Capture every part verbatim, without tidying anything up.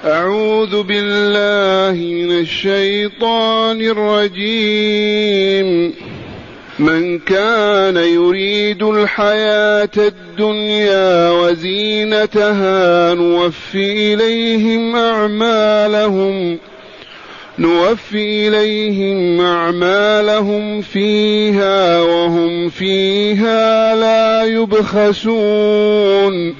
أعوذ بالله من الشيطان الرجيم. من كان يريد الحياة الدنيا وزينتها نوفي إليهم أعمالهم نوفي إليهم أعمالهم فيها وهم فيها لا يبخسون.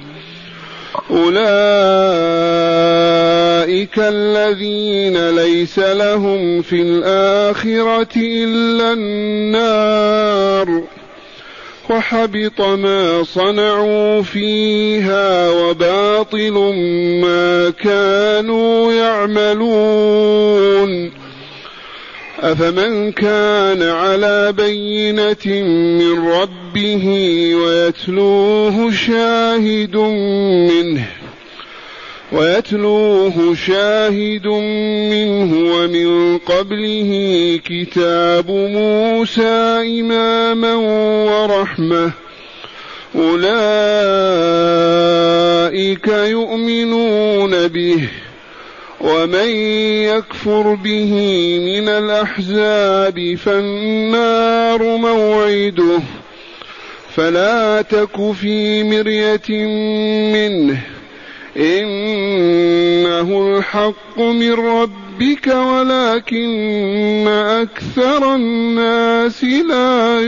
أولئك الذين ليس لهم في الآخرة إلا النار وحبط ما صنعوا فيها وباطل ما كانوا يعملون. أفمن كان على بينة من ربه ويتلوه شاهد منه ويتلوه شاهد منه ومن قبله كتاب موسى إماما ورحمة أولئك يؤمنون به. ومن يكفر به من الأحزاب فالنار موعده فلا تك في مرية منه إنه الحق من ربك ولكن أكثر الناس لا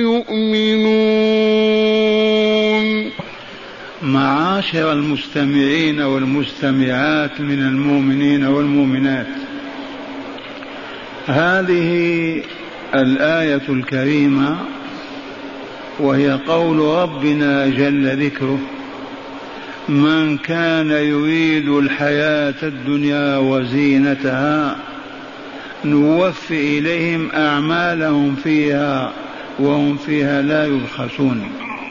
يؤمنون. معاشر المستمعين والمستمعات من المؤمنين والمؤمنات، هذه الآية الكريمة وهي قول ربنا جل ذكره: من كان يريد الحياة الدنيا وزينتها نوفي إليهم أعمالهم فيها وهم فيها لا يبخسون.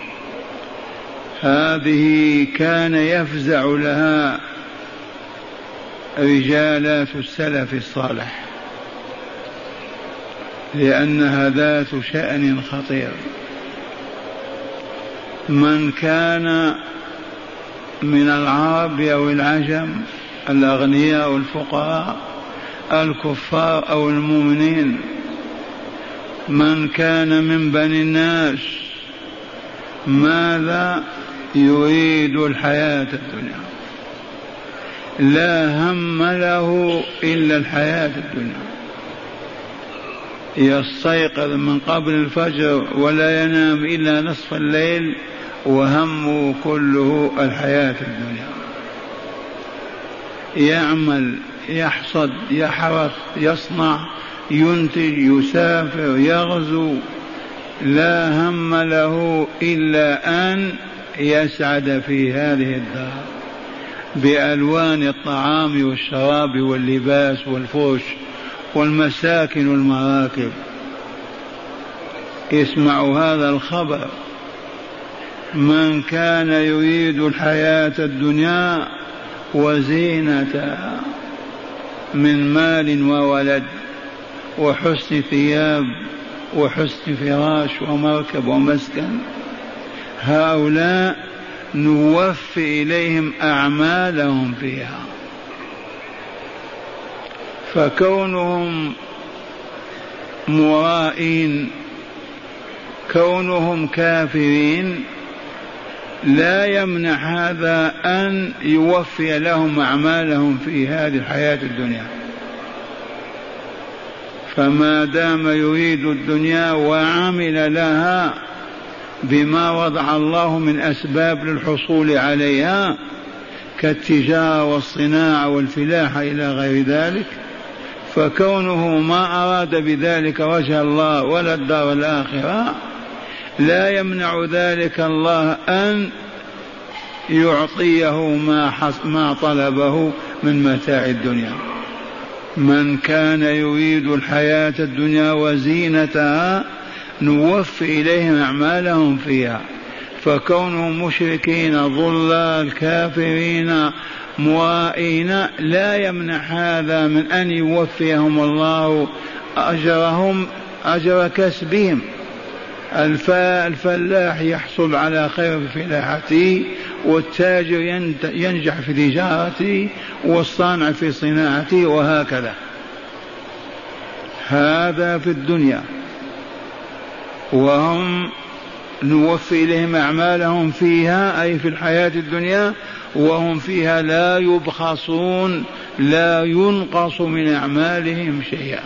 هذه كان يفزع لها رجالات السلف الصالح لأنها ذات شأن خطير. من كان من العرب أو العجم، الأغنياء والفقراء، الكفار أو المؤمنين، من كان من بني الناس، ماذا يريد الحياة الدنيا، لا هم له إلا الحياة الدنيا، يستيقظ من قبل الفجر ولا ينام إلا نصف الليل وهمه كله الحياة الدنيا، يعمل يحصد يحرث يصنع ينتج يسافر يغزو، لا هم له إلا أن يسعد في هذه الدار بألوان الطعام والشراب واللباس والفرش والمساكن والمراكب. اسمعوا هذا الخبر: من كان يريد الحياة الدنيا وزينتها من مال وولد وحسن ثياب وحسن فراش ومركب ومسكن، هؤلاء نوفي إليهم أعمالهم فيها. فكونهم مرائين، كونهم كافرين، لا يمنع هذا أن يوفي لهم أعمالهم في هذه الحياة الدنيا. فما دام يريد الدنيا وعمل لها بما وضع الله من أسباب للحصول عليها كالتجارة والصناعة والفلاحة إلى غير ذلك، فكونه ما أراد بذلك وجه الله ولا الدار الآخرة لا يمنع ذلك الله أن يعطيه ما, ما طلبه من متاع الدنيا. من كان يريد الحياة الدنيا وزينتها نوفي إليهم أعمالهم فيها. فكونهم مشركين ضلال كافرين مرائين لا يمنع هذا من أن يوفيهم الله أجرهم أجر كسبهم. الفلاح يحصل على خير في فلاحته والتاجر ينجح في تجارته والصانع في صناعته وهكذا. هذا في الدنيا، وهم نوفي إليهم أعمالهم فيها أي في الحياة الدنيا، وهم فيها لا يبخسون، لا ينقص من أعمالهم شيئا.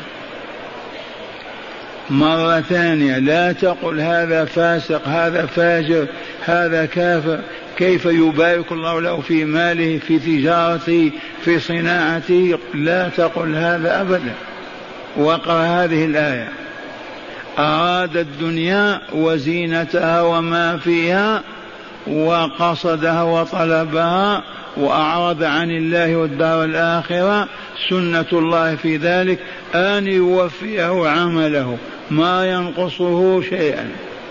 مرة ثانية، لا تقل هذا فاسق، هذا فاجر، هذا كافر، كيف يبارك الله له في ماله، في تجارته، في صناعته، لا تقل هذا أبدا. وقرأ هذه الآية: أراد الدنيا وزينتها وما فيها وقصدها وطلبها وأعرض عن الله والدار الآخرة، سنة الله في ذلك أن يوفيه عمله ما ينقصه شيئا.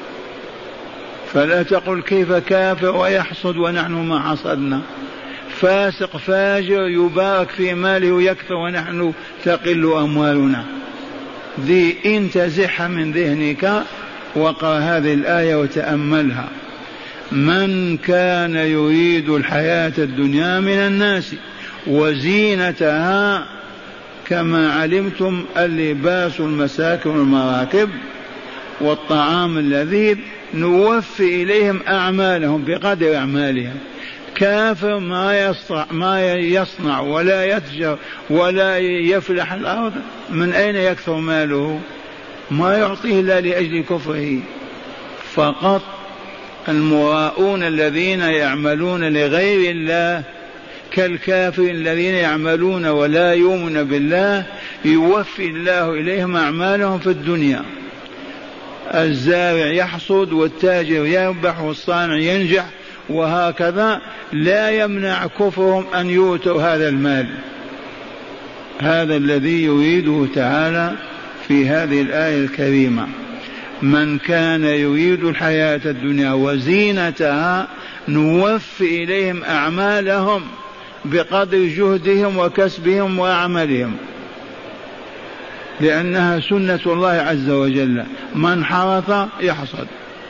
فلا تقل كيف كافر ويحصد ونحن ما حصدنا، فاسق فاجر يبارك في ماله ويكثر ونحن تقل أموالنا. ذي إن تزح من ذهنك وقرأ هذه الآية وتأملها: من كان يريد الحياة الدنيا من الناس وزينتها، كما علمتم اللباس المساكن والمراكب والطعام اللذيذ، نوفي إليهم أعمالهم بقدر أعمالهم. كافر ما يصنع, ما يصنع ولا يتجر ولا يفلح الأرض، من أين يكثر ماله؟ ما يعطيه إلا لأجل كفره فقط. المراؤون الذين يعملون لغير الله كالكافر الذين يعملون ولا يؤمن بالله، يوفي الله إليهم أعمالهم في الدنيا. الزارع يحصد والتاجر يربح والصانع ينجح وهكذا، لا يمنع كفرهم أن يؤتوا هذا المال. هذا الذي يريده تعالى في هذه الآية الكريمة: من كان يريد الحياة الدنيا وزينتها نوفي إليهم أعمالهم بقدر جهدهم وكسبهم وعملهم، لأنها سنة الله عز وجل، من حرث يحصد.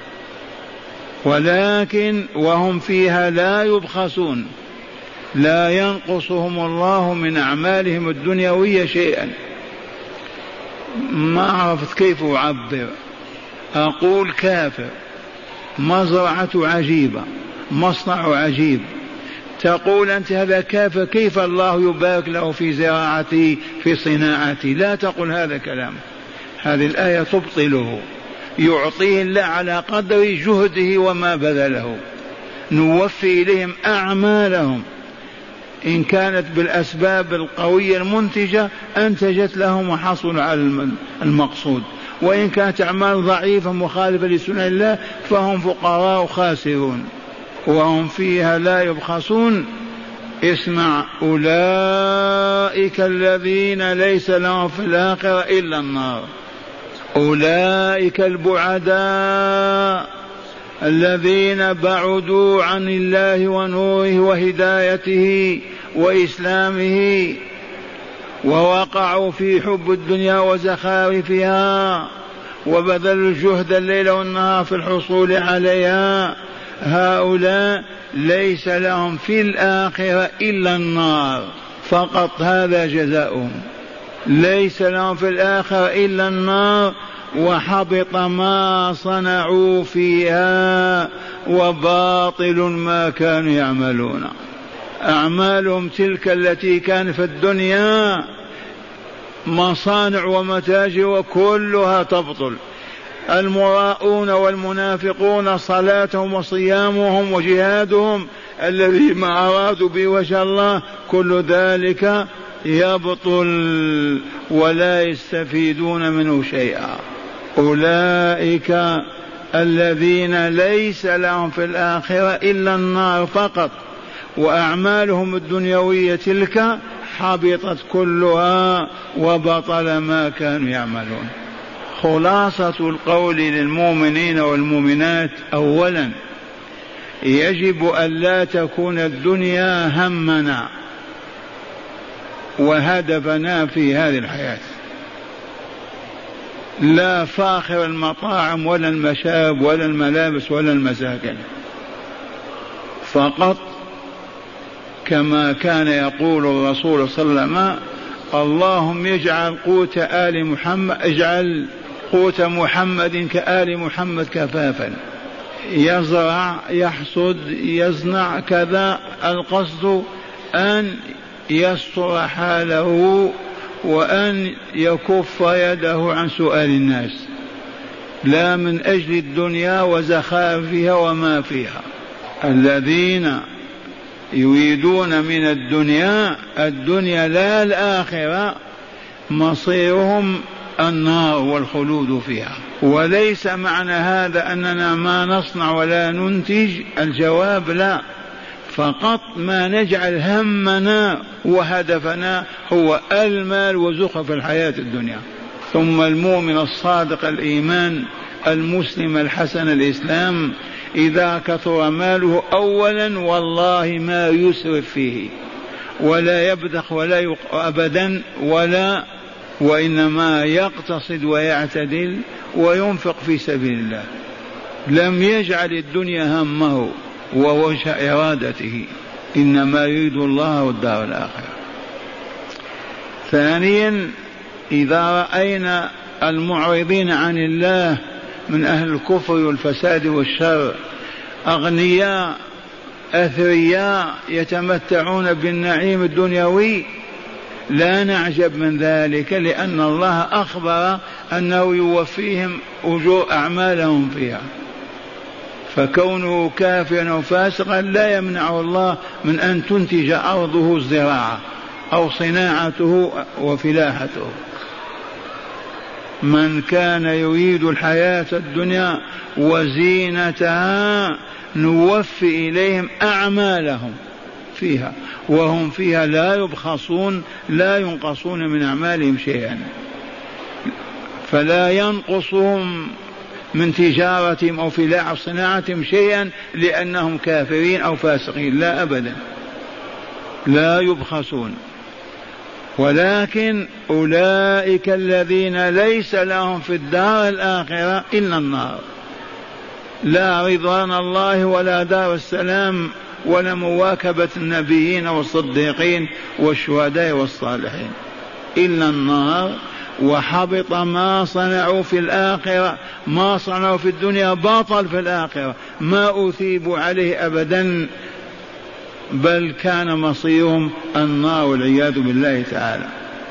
ولكن وهم فيها لا يبخسون، لا ينقصهم الله من أعمالهم الدنيوية شيئا. ما عرفت كيف أعبر، أقول كافر مزرعة عجيبة، مصنع عجيب، تقول أنت هذا كافر، كيف الله يبارك له في زراعته في صناعته؟ لا تقل هذا كلام، هذه الآية تبطله. يعطيه الله على قدر جهده وما بذله. نوفي إليهم أعمالهم، إن كانت بالأسباب القوية المنتجة أنتجت لهم وحصلوا على المقصود، وإن كانت أعمال ضعيفة مخالفة لسنة الله فهم فقراء خاسرون. وهم فيها لا يبخسون. اسمع: أولئك الذين ليس لهم في الآخرة إلا النار. أولئك البعداء الذين بعدوا عن الله ونوره وهدايته وإسلامه، ووقعوا في حب الدنيا وزخارفها وبذلوا الجهد الليل والنهار في الحصول عليها. هؤلاء ليس لهم في الآخرة إلا النار فقط، هذا جزاؤهم. ليس لهم في الآخرة إلا النار، وحبط ما صنعوا فيها وباطل ما كانوا يعملون. أعمالهم تلك التي كان في الدنيا مصانع ومتاجر وكلها تبطل. المراؤون والمنافقون صلاتهم وصيامهم وجهادهم الذي ما أرادوا به وجه الله كل ذلك يبطل ولا يستفيدون منه شيئا. أولئك الذين ليس لهم في الآخرة إلا النار فقط، وأعمالهم الدنيوية تلك حبطت كلها وبطل ما كانوا يعملون. خلاصة القول للمؤمنين والمؤمنات: أولا يجب أن لا تكون الدنيا همنا وهدفنا في هذه الحياة، لا فاخر المطاعم ولا المشارب ولا الملابس ولا المساكن. فقط، كما كان يقول الرسول صلى الله عليه وسلم: اللهم اجعل قوت آل محمد اجعل قوت محمد كآل محمد كفافا. يزرع يحصد يصنع كذا، القصد أن يستر حاله وأن يكف يده عن سؤال الناس، لا من أجل الدنيا وزخارفها وما فيها. الذين يريدون من الدنيا الدنيا لا الآخرة مصيرهم النار والخلود فيها. وليس معنى هذا أننا ما نصنع ولا ننتج، الجواب لا، فقط ما نجعل همنا وهدفنا هو المال وزخرف الحياة الدنيا. ثم المؤمن الصادق الإيمان المسلم الحسن الإسلام إذا كثر ماله أولا والله ما يسرف فيه ولا يبذخ ولا يق... أبدا ولا، وإنما يقتصد ويعتدل وينفق في سبيل الله. لم يجعل الدنيا همه ووجه إرادته، إنما يريد الله والدار الآخرة. ثانيا، إذا رأينا المعرضين عن الله من أهل الكفر والفساد والشر أغنياء أثرياء يتمتعون بالنعيم الدنيوي، لا نعجب من ذلك، لأن الله أخبر أنه يوفيهم أجور أعمالهم فيها. فكونه كافرا وفاسقا لا يمنع الله من أن تنتج أرضه الزراعة أو صناعته وفلاحته. من كان يريد الحياة الدنيا وزينتها نوفي إليهم أعمالهم فيها وهم فيها لا يبخسون، لا ينقصون من أعمالهم شيئا، فلا ينقصهم من تجارتهم أو فلاح صناعتهم شيئا لأنهم كافرين أو فاسقين، لا أبدا، لا يبخسون. ولكن أولئك الذين ليس لهم في الدار الآخرة إلا النار، لا رضوان الله ولا دار السلام ولا مواكبة النبيين والصديقين والشهداء والصالحين، إلا النار. وحبط ما صنعوا في الآخرة، ما صنعوا في الدنيا باطل في الآخرة، ما أثيبوا عليه أبدا، بل كان مصيرهم النار والعياذ بالله تعالى.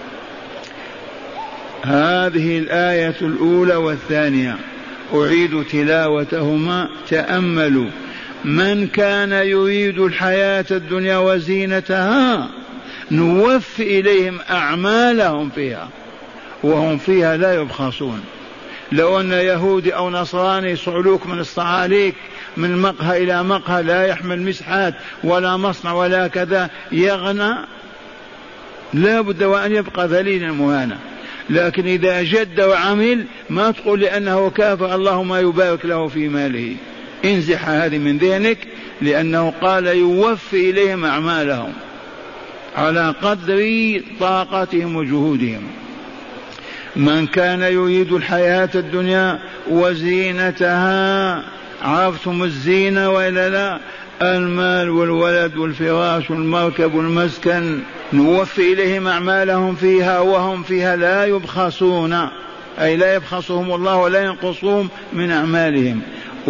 هذه الآية الأولى والثانية أعيد تلاوتهما. تأملوا: من كان يريد الحياة الدنيا وزينتها نوفي إليهم أعمالهم فيها وهم فيها لا يبخسون. لو أن يهودي أو نصراني صعلوك من الصعاليك من مقهى إلى مقهى لا يحمل مسحات ولا مصنع ولا كذا يغنى، لا بد وأن يبقى ذليلا مهانا. لكن إذا جد وعمل ما تقول لأنه كافر اللهم يبارك له في ماله، انزح هذه من ذهنك، لأنه قال يوفي إليهم أعمالهم على قدر طاقتهم وجهودهم. من كان يريد الحياة الدنيا وزينتها، عرفتم الزينة وإلا لا؟ المال والولد والفراش والمركب والمسكن، نوفي إليهم أعمالهم فيها وهم فيها لا يبخسون، أي لا يبخسهم الله ولا ينقصهم من أعمالهم.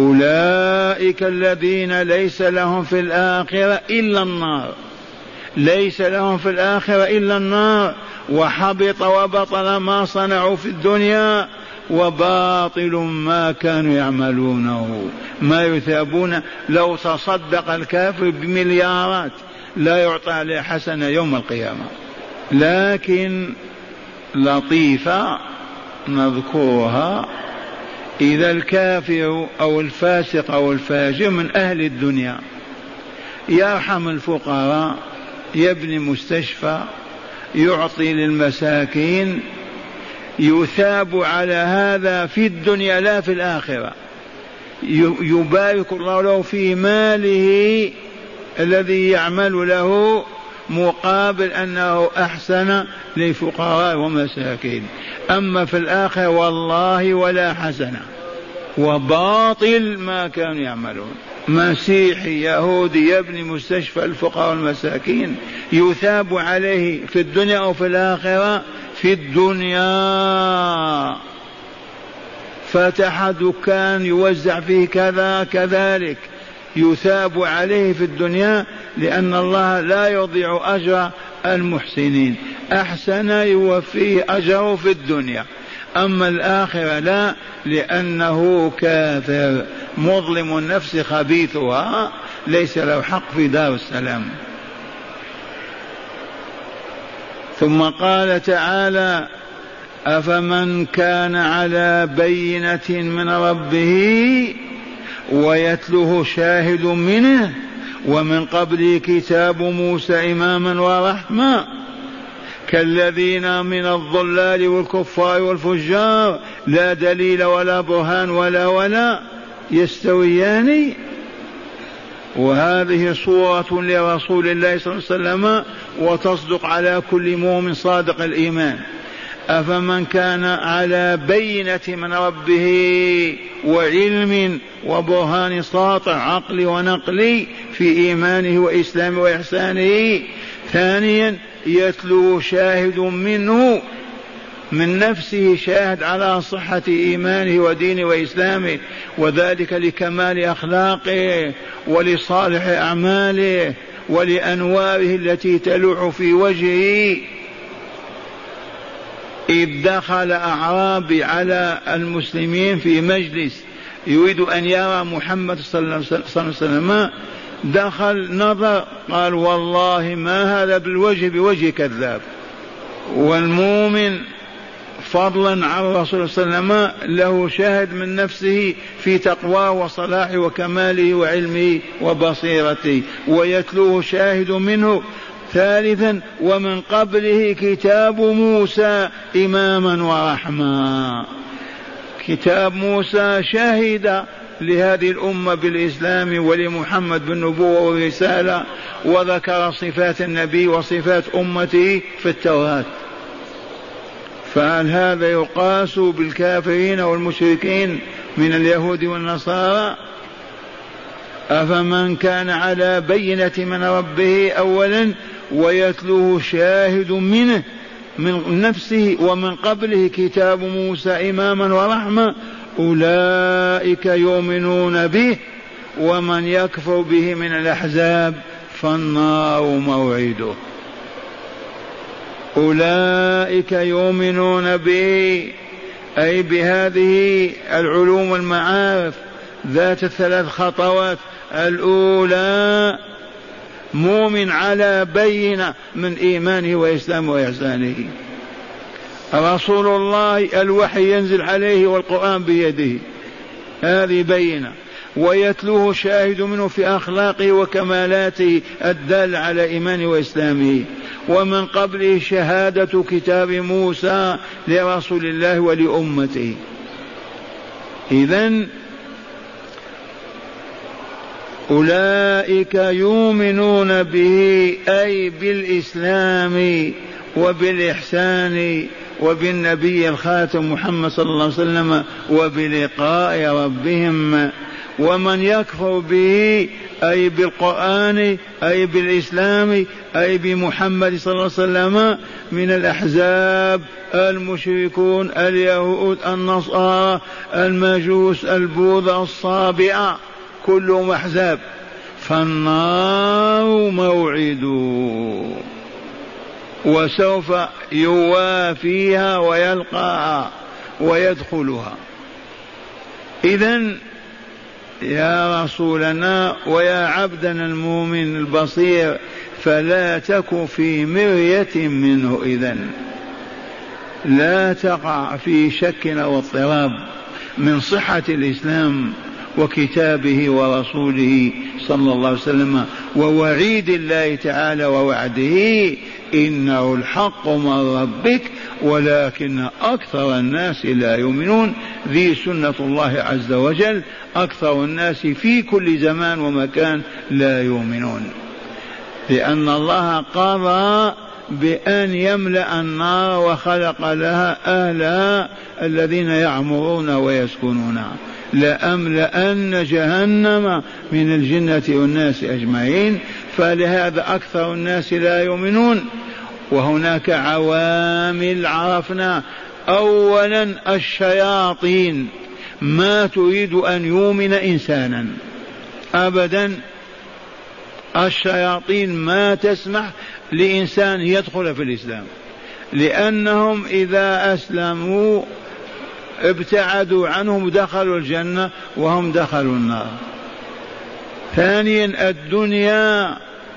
أولئك الذين ليس لهم في الآخرة إلا النار، ليس لهم في الآخرة إلا النار، وحبط وبطل ما صنعوا في الدنيا وباطل ما كانوا يعملونه، ما يثابون. لو تصدق الكافر بمليارات لا يعطى عليه حسنة يوم القيامة. لكن لطيفة نذكرها: إذا الكافر أو الفاسق أو الفاجر من أهل الدنيا يرحم الفقراء، يبني مستشفى، يعطي للمساكين، يثاب على هذا في الدنيا لا في الآخرة، يبارك الله له في ماله الذي يعمل له مقابل أنه أحسن للفقراء ومساكين. أما في الآخرة والله ولا حسنة، وباطل ما كانوا يعملون. مسيحي يهودي يبني مستشفى الفقراء والمساكين يثاب عليه في الدنيا أو في الآخرة؟ في الدنيا. فتح دكان يوزع فيه كذا كذلك يثاب عليه في الدنيا، لأن الله لا يضيع أجر المحسنين، أحسن يوفيه أجره في الدنيا، أما الآخرة لا، لأنه كافر مظلم النفس خبيثها ليس له حق في دار السلام. ثم قال تعالى: أفمن كان على بينة من ربه ويتله شاهد منه ومن قبله كتاب موسى إماما ورحمة كالذين من الضلال والكفار والفجار لا دليل ولا برهان ولا ولا يستويان. وهذه صورة لرسول الله صلى الله عليه وسلم وتصدق على كل مؤمن صادق الإيمان. أفمن كان على بينة من ربه وعلم وبرهان ساطع عقلي ونقلي في إيمانه وإسلامه وإحسانه. ثانيا يتلو شاهد منه من نفسه شاهد على صحة إيمانه ودينه وإسلامه، وذلك لكمال أخلاقه ولصالح أعماله ولأنواره التي تلوح في وجهه. إذ دخل أعرابي على المسلمين في مجلس يريد أن يرى محمد صلى الله عليه وسلم، دخل نظر قال: والله ما هذا بالوجه بوجه كذاب. والمؤمن فضلا عن الرسول صلى الله عليه وسلم له شاهد من نفسه في تقواه وصلاحه وكماله وعلمه وبصيرته، ويتلوه شاهد منه. ثالثا ومن قبله كتاب موسى إماما ورحمة. كتاب موسى شهد لهذه الأمة بالإسلام ولمحمد بالنبوة والرسالة، وذكر صفات النبي وصفات أمته في التوراة. فهل هذا يقاس بالكافرين والمشركين من اليهود والنصارى؟ أفمن كان على بينة من ربه أولا ويتلوه شاهد منه من نفسه ومن قبله كتاب موسى إماما ورحمة أولئك يؤمنون به ومن يكفر به من الأحزاب فالنار موعده. أولئك يؤمنون به أي بهذه العلوم المعارف ذات الثلاث خطوات. الأولى مؤمن على بينة من إيمانه وإسلامه وإحسانه. رسول الله الوحي ينزل عليه والقرآن بيده، هذه بينة. ويتلوه شاهد منه في أخلاقه وكمالاته الدال على إيمانه وإسلامه. ومن قبله شهادة كتاب موسى لرسول الله ولأمته. إذن أولئك يؤمنون به أي بالإسلام وبالإحسان وبالنبي الخاتم محمد صلى الله عليه وسلم وبلقاء ربهم. ومن يكفر به أي بالقرآن أي بالإسلام أي بمحمد صلى الله عليه وسلم من الأحزاب المشركون اليهود النصارى المجوس البوذا الصابئة كلهم أحزاب، فالنار موعد وسوف يوافيها ويلقاها ويدخلها. إذن يا رسولنا ويا عبدنا المؤمن البصير فلا تك في مرية منه. إذن لا تقع في شك أو اضطراب من صحة الإسلام وكتابه ورسوله صلى الله عليه وسلم ووعيد الله تعالى ووعده إنه الحق من ربك ولكن أكثر الناس لا يؤمنون. ذي سنة الله عز وجل، أكثر الناس في كل زمان ومكان لا يؤمنون، لأن الله قضى بأن يملأ النار وخلق لها أهلها الذين يعمرون ويسكنون. لأملأن جهنم من الجنة والناس أجمعين. فلهذا أكثر الناس لا يؤمنون. وهناك عوامل عرفنا. أولا الشياطين ما تريد أن يؤمن إنسانا أبدا. الشياطين ما تسمح لإنسان يدخل في الإسلام، لأنهم إذا أسلموا ابتعدوا عنهم دخلوا الجنة وهم دخلوا النار. ثانيا الدنيا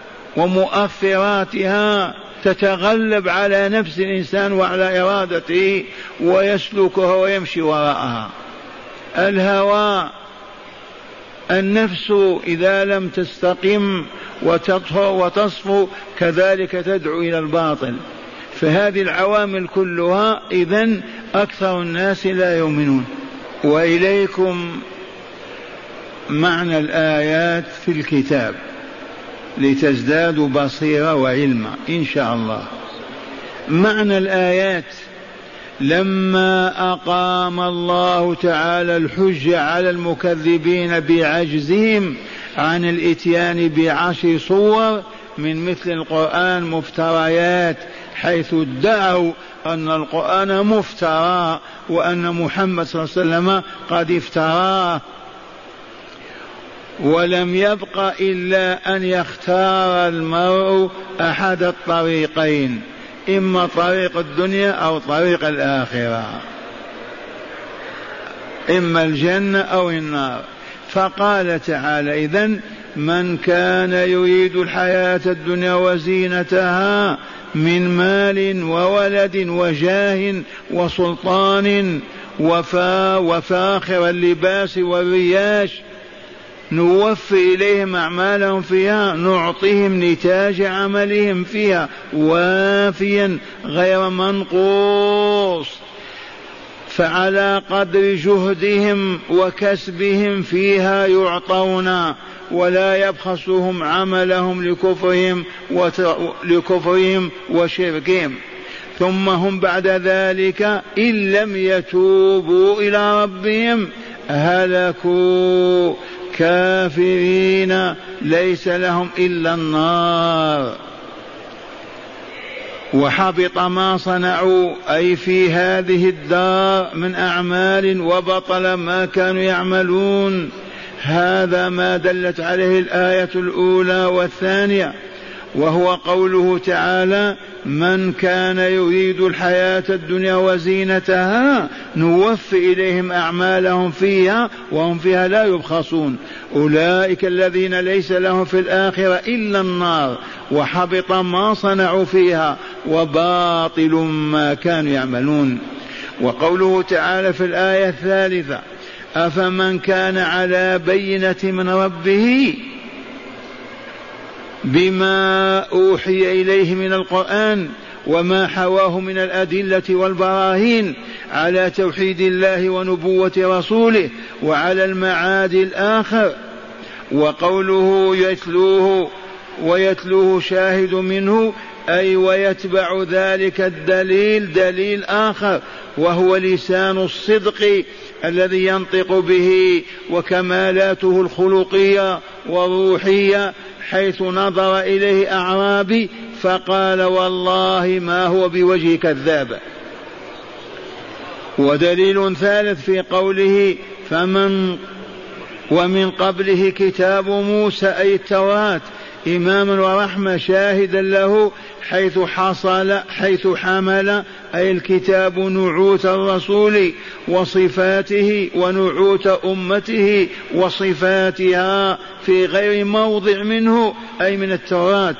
ومؤثراتها تتغلب على نفس الإنسان وعلى إرادته ويسلكها ويمشي وراءها. الهوى النفس إذا لم تستقم وتطهر وتصفو كذلك تدعو إلى الباطل. فهذه العوامل كلها إذن أكثر الناس لا يؤمنون. وإليكم معنى الآيات في الكتاب لتزدادوا بصيرة وعلما إن شاء الله. معنى الآيات: لما أقام الله تعالى الحجة على المكذبين بعجزهم عن الإتيان بعشر صور من مثل القرآن مفتريات، حيث ادعوا أن القرآن مفترى وأن محمد صلى الله عليه وسلم قد افتراه، ولم يبق إلا أن يختار المرء أحد الطريقين، إما طريق الدنيا أو طريق الآخرة، إما الجنة أو النار. فقال تعالى: إذن من كان يريد الحياة الدنيا وزينتها من مال وولد وجاه وسلطان وفا وفاخر اللباس والرياش نوفي إليهم أعمالهم فيها نعطيهم نتاج عملهم فيها وافيا غير منقوص، فعلى قدر جهدهم وكسبهم فيها يعطون، ولا يبخسهم عملهم لكفرهم لكفرهم وشركهم. ثم هم بعد ذلك إن لم يتوبوا إلى ربهم هلكوا كافرين ليس لهم إلا النار، وحبط ما صنعوا أي في هذه الدار من أعمال، وبطل ما كانوا يعملون. هذا ما دلت عليه الآية الأولى والثانية، وهو قوله تعالى: من كان يريد الحياة الدنيا وزينتها نوفي إليهم أعمالهم فيها وهم فيها لا يبخسون، أولئك الذين ليس لهم في الآخرة إلا النار، وحبط ما صنعوا فيها وباطل ما كانوا يعملون. وقوله تعالى في الآية الثالثة: أفمن كان على بينة من ربه بما أوحي إليه من القرآن وما حواه من الأدلة والبراهين على توحيد الله ونبوة رسوله وعلى المعاد الآخر. وقوله يتلوه ويتلوه شاهد منه أي ويتبع ذلك الدليل دليل آخر، وهو لسان الصدق الذي ينطق به وكمالاته الخلقية والروحية، حيث نظر إليه أعرابي فقال: والله ما هو بوجه كذاب. ودليل ثالث في قوله: فمن ومن قبله كتاب موسى أي التوراة إماما ورحمة شاهدا له، حيث حصل حيث حمل أي الكتاب نعوت الرسول وصفاته ونعوت أمته وصفاتها في غير موضع منه أي من التوراة.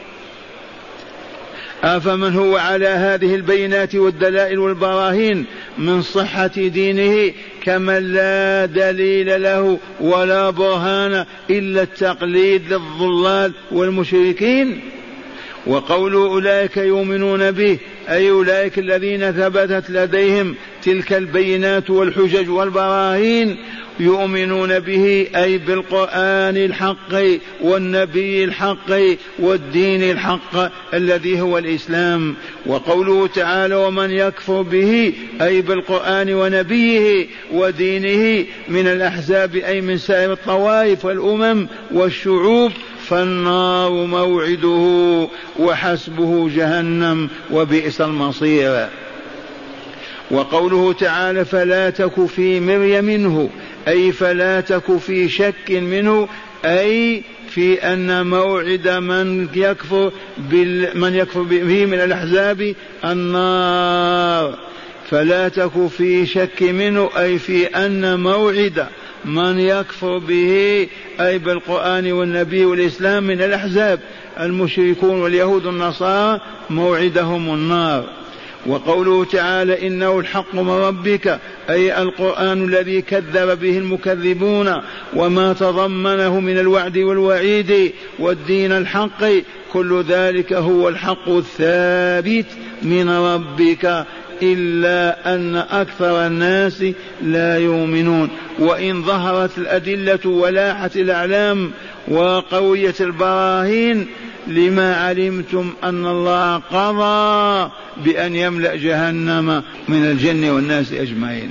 أفمن هو على هذه البينات والدلائل والبراهين من صحة دينه كمن لا دليل له ولا برهان إلا التقليد للضلال والمشركين. وقول أولئك يؤمنون به أي أولئك الذين ثبتت لديهم تلك البينات والحجج والبراهين يؤمنون به أي بالقرآن الحق والنبي الحق والدين الحق الذي هو الإسلام. وقوله تعالى ومن يكفر به أي بالقرآن ونبيه ودينه من الأحزاب أي من سائر الطوائف والأمم والشعوب فالنار موعده وحسبه جهنم وبئس المصير. وقوله تعالى فلا تك في مرية منه أي فلا تك في شك منه أي في أن موعد من يكفر, من يكفر به من الأحزاب النار. فلا تك في شك منه أي في أن موعد من يكفر به أي بالقرآن والنبي والإسلام من الأحزاب المشركون واليهود والنصارى موعدهم النار. وقوله تعالى إنه الحق من ربك أي القرآن الذي كذب به المكذبون وما تضمنه من الوعد والوعيد والدين الحق كل ذلك هو الحق الثابت من ربك إلا أن أكثر الناس لا يؤمنون. وإن ظهرت الأدلة ولاحت الأعلام وقويت البراهين لما علمتم أن الله قضى بأن يملأ جهنم من الجن والناس أجمعين.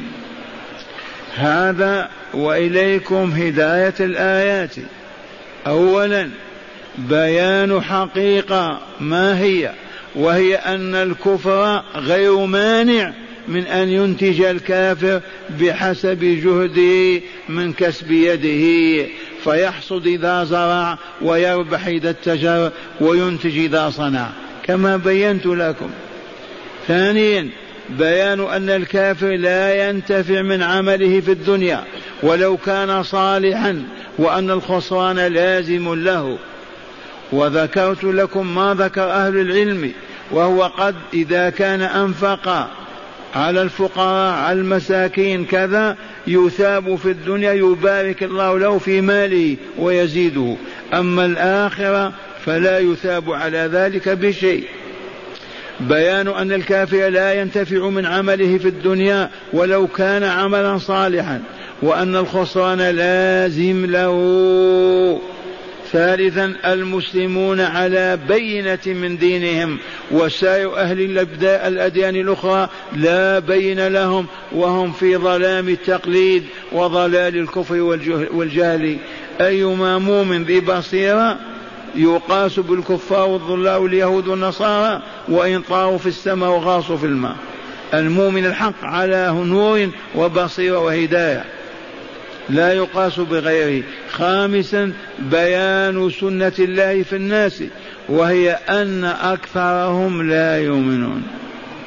هذا وإليكم هداية الآيات. أولا بيان حقيقة ما هي، وهي أن الكفر غير مانع من أن ينتج الكافر بحسب جهده من كسب يده، فيحصد إذا زرع ويربح إذا اتجر وينتج إذا صنع كما بينت لكم. ثانيا بيان أن الكافر لا ينتفع من عمله في الدنيا ولو كان صالحا، وأن الخسران لازم له. وذكرت لكم ما ذكر أهل العلم، وهو قد إذا كان أنفق على الفقراء على المساكين كذا يثاب في الدنيا يبارك الله له في ماله ويزيده، أما الآخرة فلا يثاب على ذلك بشيء. بيان أن الكافر لا ينتفع من عمله في الدنيا ولو كان عملا صالحا، وأن الخسران لازم له. ثالثا المسلمون على بينة من دينهم، وسائر أهل الأديان الأخرى لا بين لهم، وهم في ظلام التقليد وضلال الكفر والجهل. أيما مؤمن ذي بصيرة يقاس بالكفار والضلال واليهود والنصارى وإن طاروا في السماء وغاصوا في الماء. المؤمن الحق على نور وبصيرة وهداية لا يقاس بغيره. خامسا بيان سنة الله في الناس، وهي أن أكثرهم لا يؤمنون.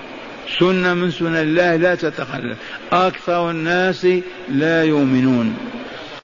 سنة من سنن الله لا تتخلف، أكثر الناس لا يؤمنون.